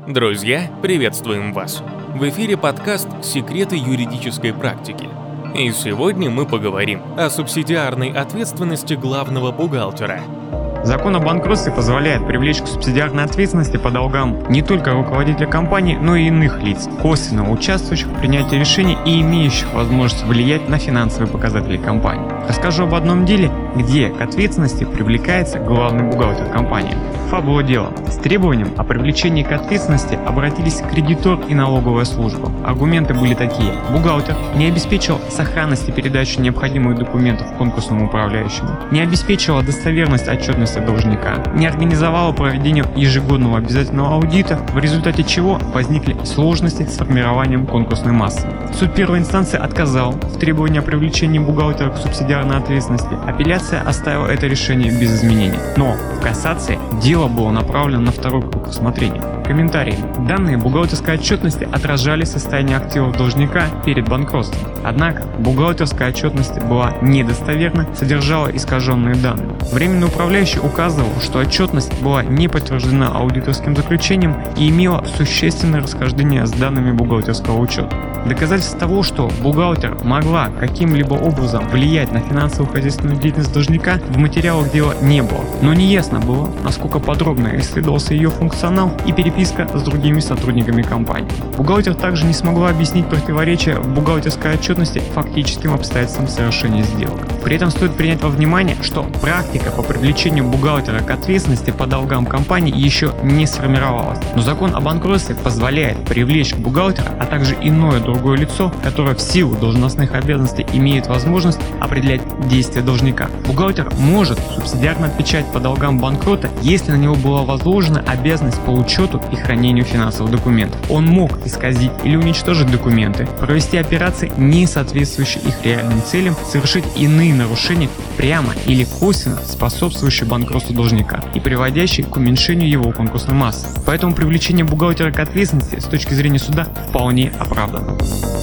Друзья, приветствуем вас! В эфире подкаст «Секреты юридической практики». И сегодня мы поговорим о субсидиарной ответственности главного бухгалтера. Закон о банкротстве позволяет привлечь к субсидиарной ответственности по долгам не только руководителя компании, но и иных лиц, косвенно участвующих в принятии решений и имеющих возможность влиять на финансовые показатели компании. Расскажу об одном деле, где к ответственности привлекается главный бухгалтер компании. Фабула дела. С требованием о привлечении к ответственности обратились кредитор и налоговая служба. Аргументы были такие. Бухгалтер не обеспечил сохранность и передачу необходимых документов конкурсному управляющему, не обеспечила достоверность отчетности должника, не организовала проведение ежегодного обязательного аудита, в результате чего возникли сложности с формированием конкурсной массы. Суд первой инстанции отказал в требовании о привлечении бухгалтера к субсидиарной ответственности. Апелляция оставила это решение без изменений. Но в кассации дело было направлено на второй круг рассмотрения. Комментарий. Данные бухгалтерской отчетности отражали состояние активов должника перед банкротством. Однако бухгалтерская отчетность была недостоверна, содержала искаженные данные. Временный управляющий указывал, что отчетность была не подтверждена аудиторским заключением и имела существенное расхождение с данными бухгалтерского учета. Доказательств того, что бухгалтер могла каким-либо образом влиять на финансово-хозяйственную деятельность должника, в материалах дела не было. Но неясно было, насколько подробно исследовался ее функционал и переписка с другими сотрудниками компании. Бухгалтер также не смогла объяснить противоречия в бухгалтерской отчетности фактическим обстоятельствам совершения сделок. При этом стоит принять во внимание, что практика по привлечению бухгалтера к ответственности по долгам компании еще не сформировалась. Но закон о банкротстве позволяет привлечь бухгалтера, а также иное другое лицо, которое в силу должностных обязанностей имеет возможность определять действия должника. Бухгалтер может субсидиарно отвечать по долгам банкрота, если на него была возложена обязанность по учету и хранению финансовых документов. Он мог исказить или уничтожить документы, провести операции, не соответствующие их реальным целям, совершить иные нарушения, прямо или косвенно способствующие банкротству должника и приводящие к уменьшению его конкурсной массы. Поэтому привлечение бухгалтера к ответственности с точки зрения суда вполне оправдано.